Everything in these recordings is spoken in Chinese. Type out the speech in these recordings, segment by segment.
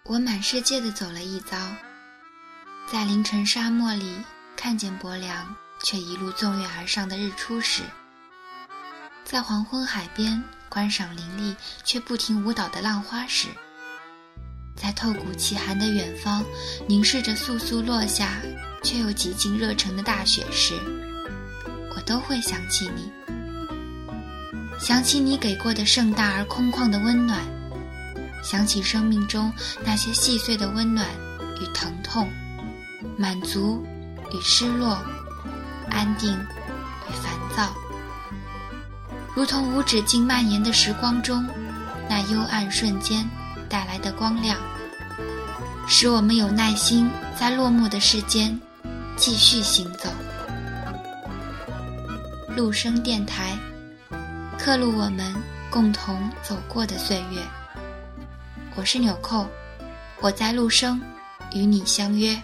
我满世界的走了一遭，在凌晨沙漠里看见薄凉却一路纵跃而上的日出时，在黄昏海边观赏林立却不停舞蹈的浪花时，在透骨奇寒的远方凝视着簌簌落下却又几近热忱的大雪时，我都会想起你，想起你给过的盛大而空旷的温暖，想起生命中那些细碎的温暖与疼痛，满足与失落，安定与烦躁，如同无止境蔓延的时光中那幽暗瞬间带来的光亮，使我们有耐心在落寞的世间继续行走。陆声电台，刻录我们共同走过的岁月。我是纽扣，我在陆声与你相约。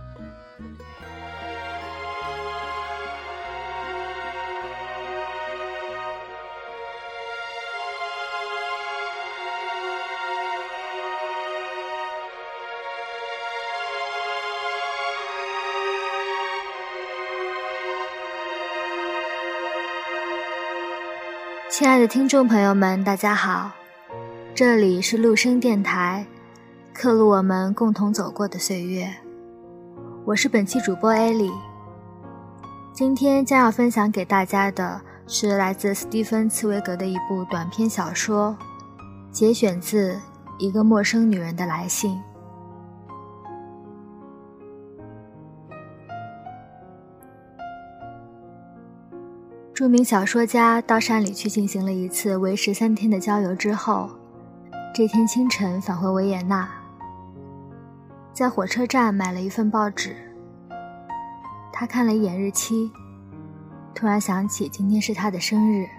亲爱的听众朋友们，大家好，这里是陆声电台，刻录我们共同走过的岁月。我是本期主播艾莉，今天将要分享给大家的是来自斯蒂芬·茨维格的一部短篇小说，节选自《一个陌生女人的来信》。著名小说家到山里去进行了一次为时3天的郊游之后，这天清晨返回维也纳，在火车站买了一份报纸。他看了一眼日期，突然想起今天是他的生日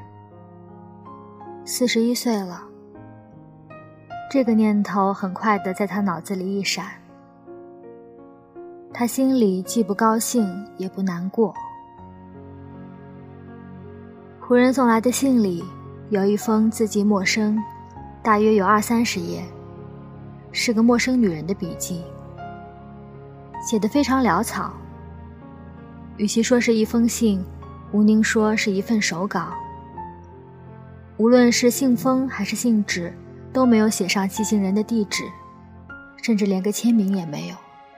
，41岁了。这个念头很快地在他脑子里一闪，他心里既不高兴也不难过。仆人送来的信里有一封字迹陌生，大约有20-30页，是个陌生女人的笔记，写得非常潦草。与其说是一封信，吴宁说是一份手稿。无论是信封还是信纸，都没有写上寄信人的地址，甚至连个签名也没有。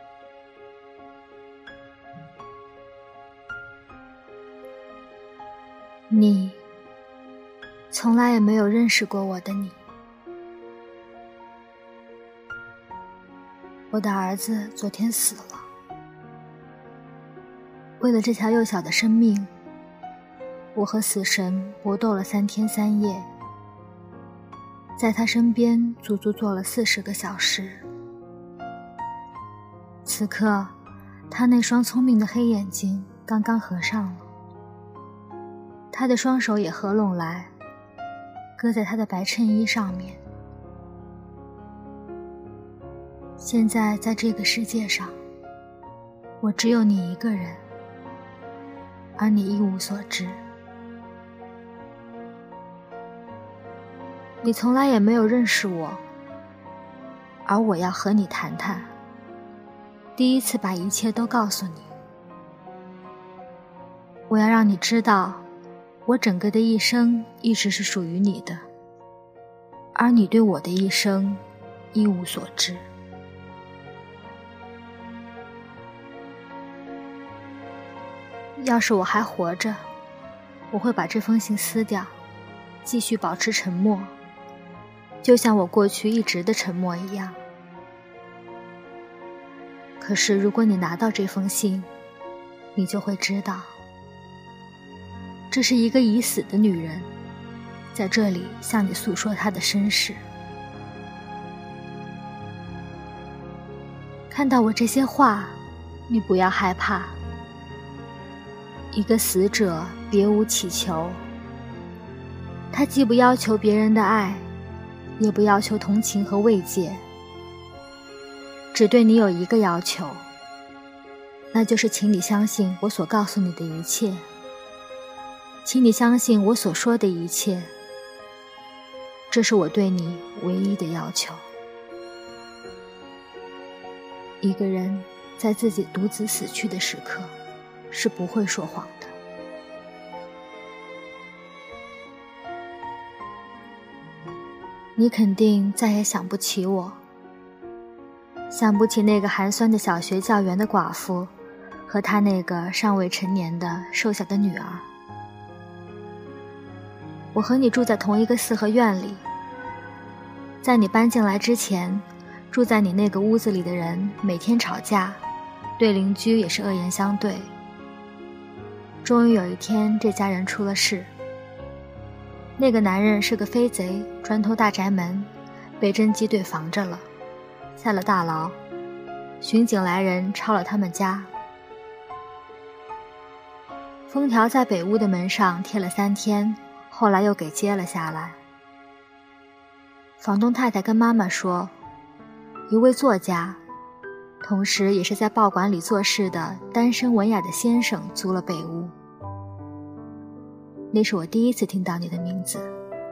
你从来也没有认识过我的你。我的儿子昨天死了，为了这条幼小的生命，我和死神搏斗了3天3夜，在他身边足足坐了40个小时。此刻，他那双聪明的黑眼睛刚刚合上了，他的双手也合拢来，搁在他的白衬衣上面。现在在这个世界上，我只有你一个人，而你一无所知。你从来也没有认识我，而我要和你谈谈，第一次把一切都告诉你。我要让你知道，我整个的一生一直是属于你的，而你对我的一生一无所知。要是我还活着，我会把这封信撕掉，继续保持沉默，就像我过去一直的沉默一样。可是如果你拿到这封信，你就会知道，这是一个已死的女人在这里向你诉说她的身世。看到我这些话，你不要害怕。一个死者别无祈求，他既不要求别人的爱，也不要求同情和慰藉，只对你有一个要求，那就是请你相信我所告诉你的一切，请你相信我所说的一切，这是我对你唯一的要求。 一个人在自己独自死去的时刻是不会说谎的。你肯定再也想不起我，想不起那个寒酸的小学教员的寡妇和她那个尚未成年的瘦小的女儿。我和你住在同一个四合院里，在你搬进来之前，住在你那个屋子里的人每天吵架，对邻居也是恶言相对。终于有一天，这家人出了事。那个男人是个飞贼，专偷大宅门，被侦缉队防着了，下了大牢。巡警来人抄了他们家，封条在北屋的门上贴了3天，后来又给揭了下来。房东太太跟妈妈说，一位作家，同时也是在报馆里做事的单身文雅的先生租了北屋。那是我第一次听到你的名字。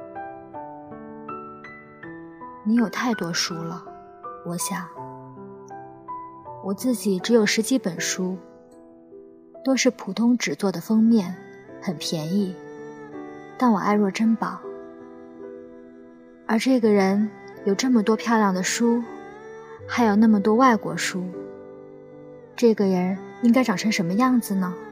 你有太多书了，我想。我自己只有10几本书，都是普通纸做的封面，很便宜，但我爱若珍宝。而这个人有这么多漂亮的书，还有那么多外国书，这个人应该长成什么样子呢？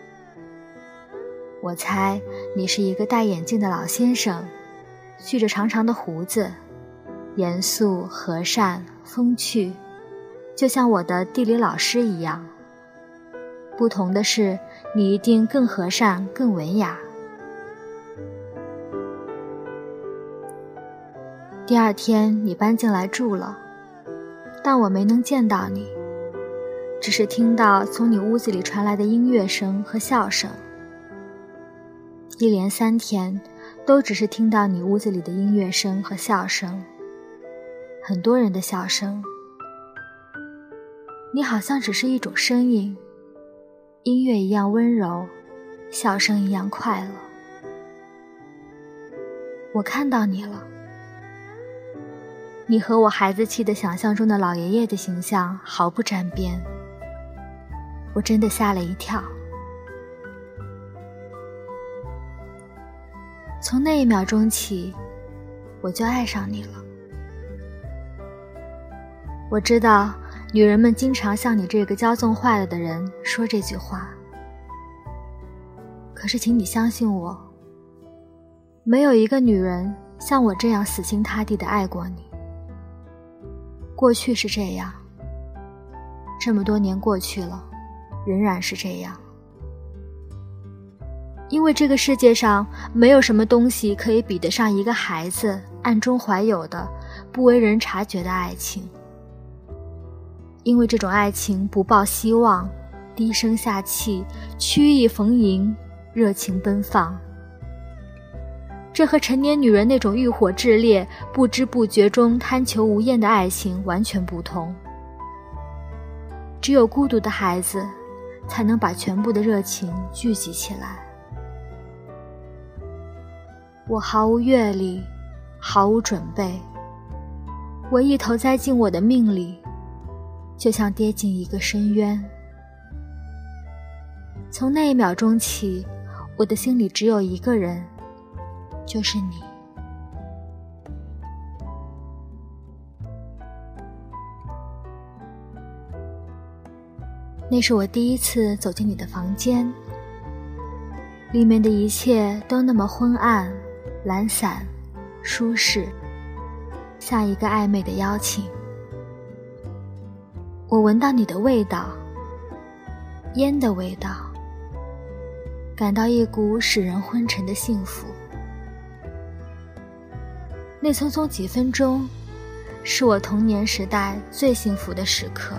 我猜你是一个戴眼镜的老先生，蓄着长长的胡子，严肃和善风趣，就像我的地理老师一样。不同的是，你一定更和善更文雅。第2天你搬进来住了，但我没能见到你，只是听到从你屋子里传来的音乐声和笑声。一连3天都只是听到你屋子里的音乐声和笑声，很多人的笑声。你好像只是一种声音，音乐一样温柔，笑声一样快乐。我看到你了，你和我孩子气的想象中的老爷爷的形象毫不沾边，我真的吓了一跳。从那1秒钟起，我就爱上你了。我知道女人们经常向你这个骄纵坏了的人说这句话，可是请你相信我，没有一个女人像我这样死心塌地地爱过你。过去是这样，这么多年过去了，仍然是这样。因为这个世界上没有什么东西可以比得上一个孩子暗中怀有的不为人察觉的爱情。因为这种爱情不抱希望，低声下气，曲意逢迎，热情奔放。这和成年女人那种欲火炽烈，不知不觉中贪求无厌的爱情完全不同。只有孤独的孩子才能把全部的热情聚集起来。我毫无阅历，毫无准备，我一头栽进我的命里，就像跌进一个深渊。从那1秒钟起，我的心里只有一个人，就是你。那是我第一次走进你的房间，里面的一切都那么昏暗、懒散、舒适，像一个暧昧的邀请。我闻到你的味道，烟的味道，感到一股使人昏沉的幸福。那匆匆几分钟，是我童年时代最幸福的时刻。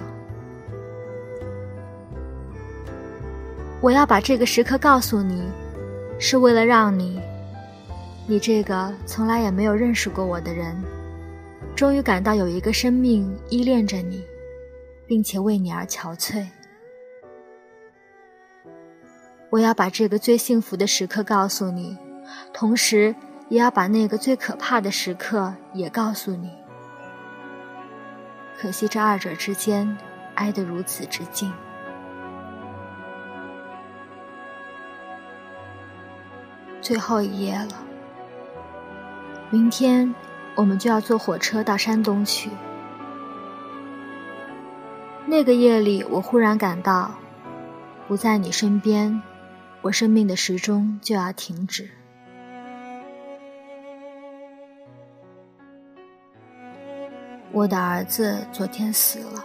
我要把这个时刻告诉你，是为了让你这个从来也没有认识过我的人，终于感到有一个生命依恋着你，并且为你而憔悴。我要把这个最幸福的时刻告诉你，同时也要把那个最可怕的时刻也告诉你。可惜这2者之间， 哀得如此之尽。最后一夜了，明天我们就要坐火车到山东去。那个夜里，我忽然感到，不在你身边，我生命的时钟就要停止。我的儿子昨天死了。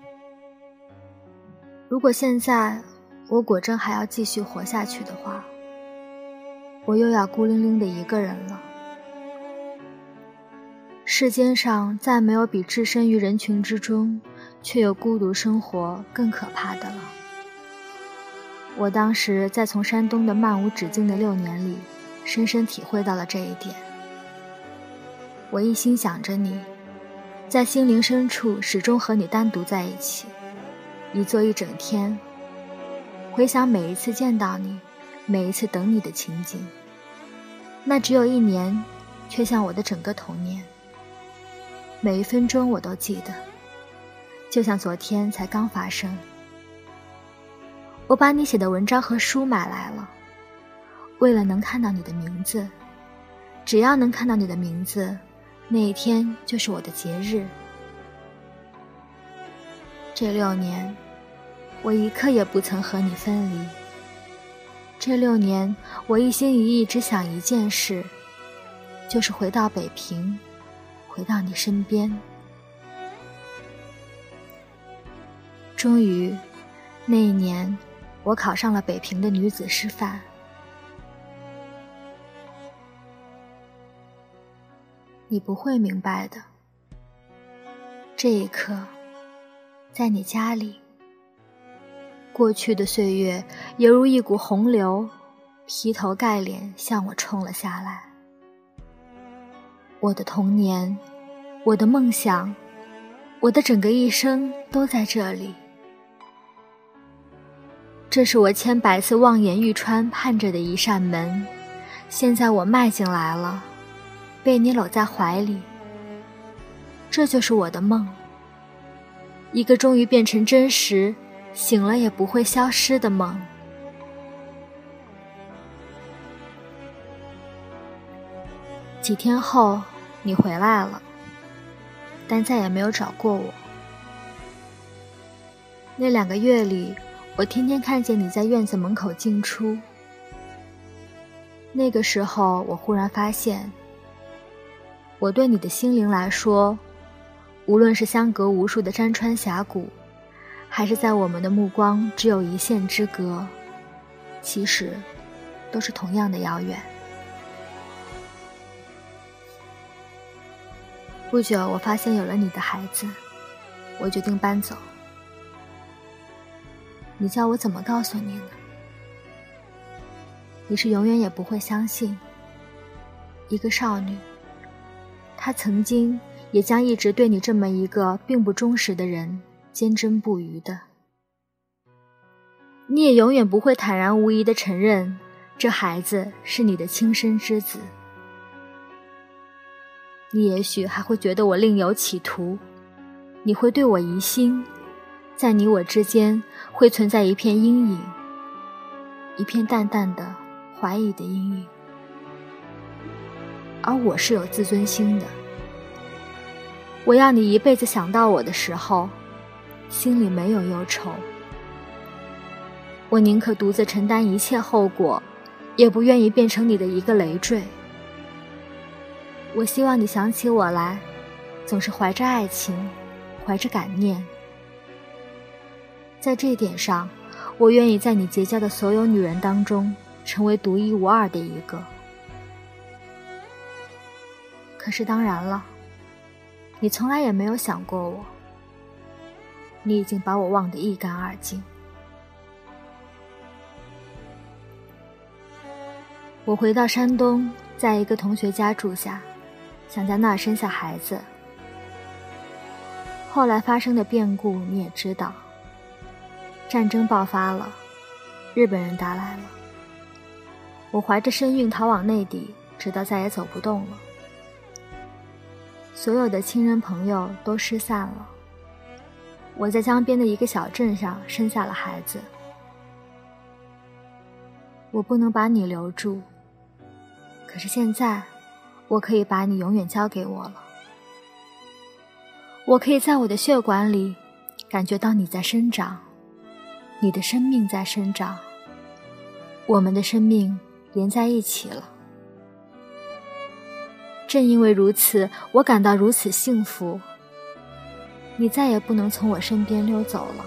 如果现在我果真还要继续活下去的话，我又要孤零零的一个人了。世间上再没有比置身于人群之中却又孤独生活更可怕的了。我当时在从山东的漫无止境的6年里，深深体会到了这一点。我一心想着你，在心灵深处始终和你单独在一起，一坐一整天，回想每一次见到你，每一次等你的情景，那只有1年，却像我的整个童年。每一分钟我都记得，就像昨天才刚发生。我把你写的文章和书买来了，为了能看到你的名字，只要能看到你的名字，那一天就是我的节日。这6年，我一刻也不曾和你分离。这6年，我一心一意只想一件事，就是回到北平，回到你身边。终于，那一年，我考上了北平的女子师范。你不会明白的。这一刻，在你家里，过去的岁月犹如一股洪流，劈头盖脸向我冲了下来。我的童年，我的梦想，我的整个一生都在这里。这是我千百次望眼欲穿盼着的一扇门，现在我迈进来了，被你搂在怀里。这就是我的梦，一个终于变成真实，醒了也不会消失的梦。几天后，你回来了，但再也没有找过我。那2个月里，我天天看见你在院子门口进出。那个时候，我忽然发现，我对你的心灵来说，无论是相隔无数的山川峡谷，还是在我们的目光只有1线之隔，其实都是同样的遥远。不久，我发现有了你的孩子，我决定搬走。你叫我怎么告诉你呢？你是永远也不会相信，一个少女，她曾经也将一直对你这么一个并不忠实的人坚贞不渝的。你也永远不会坦然无疑地承认，这孩子是你的亲生之子。你也许还会觉得我另有企图，你会对我疑心，在你我之间会存在一片阴影，一片淡淡的怀疑的阴影。而我是有自尊心的，我要你一辈子想到我的时候，心里没有忧愁。我宁可独自承担一切后果，也不愿意变成你的一个累赘。我希望你想起我来，总是怀着爱情，怀着感念。在这一点上，我愿意在你结交的所有女人当中，成为独一无二的一个。可是当然了，你从来也没有想过我，你已经把我忘得一干二净。我回到山东，在一个同学家住下，想在那儿生下孩子。后来发生的变故你也知道，战争爆发了，日本人打来了。我怀着身孕逃往内地，直到再也走不动了。所有的亲人朋友都失散了， 我在江边的一个小镇上生下了孩子。我不能把你留住，可是现在我可以把你永远交给我了。我可以在我的血管里感觉到你在生长，你的生命在生长，我们的生命连在一起了。正因为如此，我感到如此幸福。你再也不能从我身边溜走了。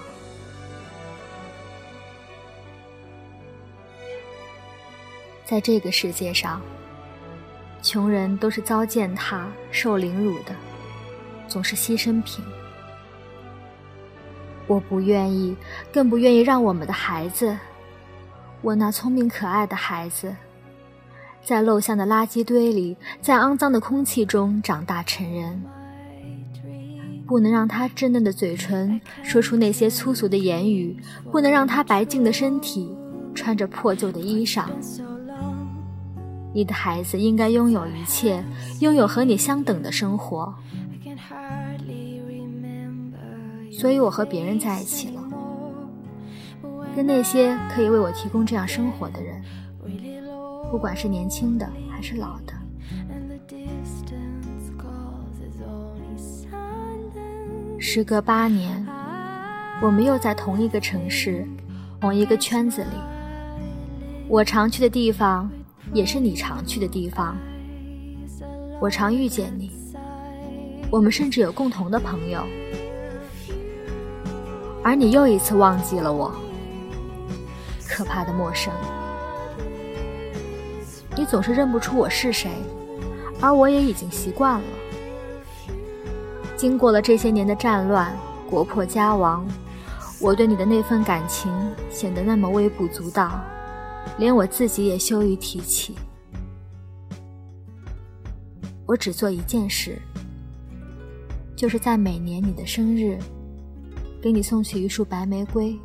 在这个世界上，穷人都是遭践踏、受凌辱的，总是牺牲品。我不愿意，更不愿意让我们的孩子，我那聪明可爱的孩子，在陋巷的垃圾堆里，在肮脏的空气中长大成人。不能让他稚嫩的嘴唇说出那些粗俗的言语，不能让他白净的身体穿着破旧的衣裳。你的孩子应该拥有一切，拥有和你相等的生活。所以我和别人在一起了，跟那些可以为我提供这样生活的人，不管是年轻的还是老的。时隔8年，我们又在同一个城市，同一个圈子里。我常去的地方，也是你常去的地方。我常遇见你，我们甚至有共同的朋友。而你又一次忘记了我，可怕的陌生。你总是认不出我是谁，而我也已经习惯了。经过了这些年的战乱，国破家亡，我对你的那份感情显得那么微不足道，连我自己也羞于提起。我只做一件事，就是在每年你的生日，给你送去一束白玫瑰，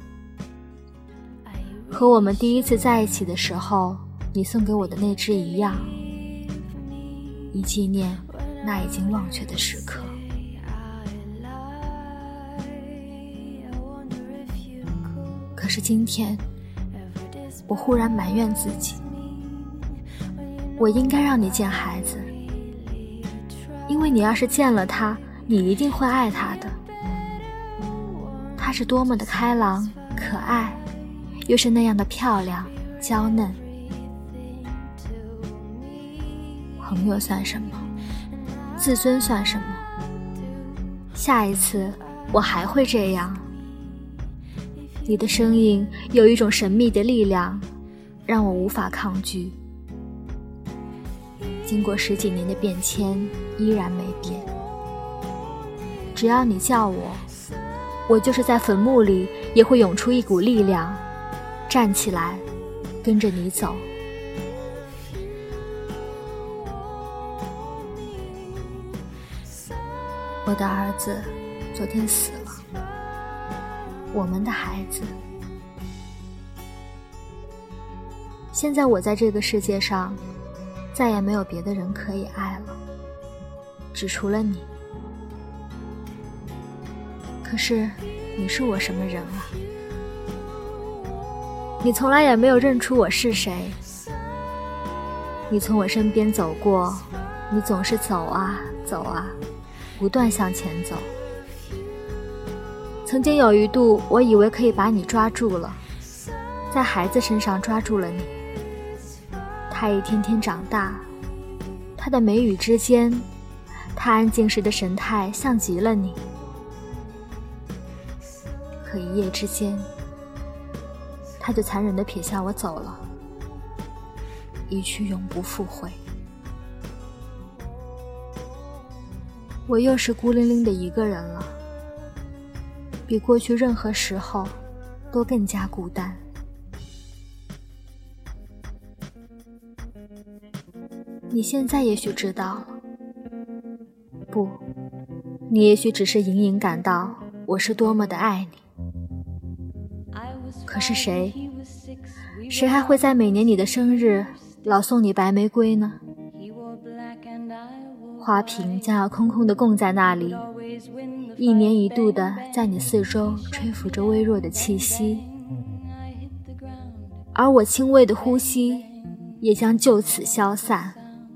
和我们第一次在一起的时候你送给我的那支一样，以纪念那已经忘却的时刻。可是今天，我忽然埋怨自己，我应该让你见孩子，因为你要是见了他，你一定会爱他的。他是多么的开朗、可爱，又是那样的漂亮、娇嫩。朋友算什么？自尊算什么？下一次我还会这样。你的声音有一种神秘的力量，让我无法抗拒。经过10几年的变迁，依然没变。只要你叫我，我就是在坟墓里也会涌出一股力量，站起来，跟着你走。我的儿子昨天死了，我们的孩子。现在我在这个世界上，再也没有别的人可以爱了，只除了你。可是，你是我什么人啊？你从来也没有认出我是谁。你从我身边走过，你总是走啊走啊，不断向前走。曾经有一度，我以为可以把你抓住了，在孩子身上抓住了你。他一天天长大，他的眉宇之间，他安静时的神态像极了你。可一夜之间，他就残忍地撇下我走了，一去永不复回。我又是孤零零的一个人了，比过去任何时候都更加孤单。你现在也许知道了，不，你也许只是隐隐感到我是多么的爱你。可是谁还会在每年你的生日老送你白玫瑰呢？花瓶将要空空地供在那里， 一年一度的在你四周吹拂着微弱的气息，而我轻微的呼吸也将就此消散。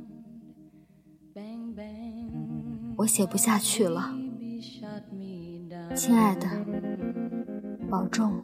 我写不下去了，亲爱的，保重。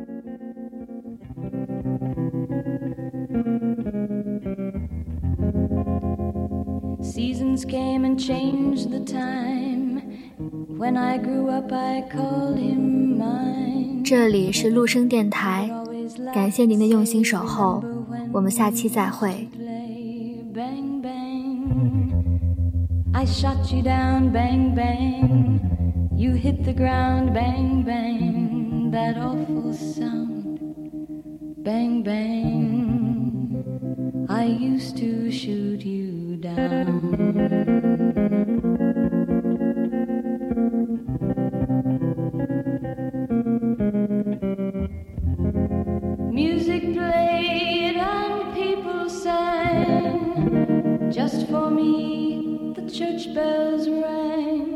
Seasons came and changed the time. When I grew up, I called him mine. 这里是陆生电台，感谢您的用心守候，我们下期再会。 Bang, bang. I shot you down, bang, bang. You hit the ground, bang, bang. That awful sound, bang, bang. I used to shoot you down. Music played and people sang. Just for me, the church bells rang.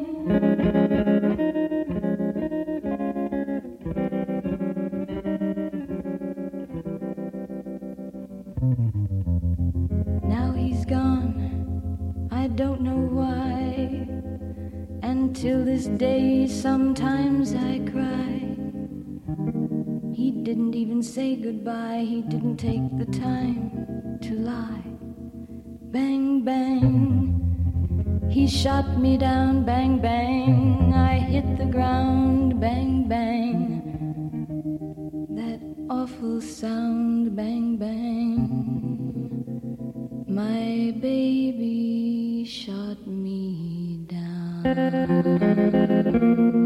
Now he's gone, I don't know why. And till this day, sometimes I cry. He didn't even say goodbye, he didn't take the time to lie. Bang, bang, he shot me down, bang, bang. I hit the ground, bang, bang. That awful sound, bang, bang. My baby shot me down.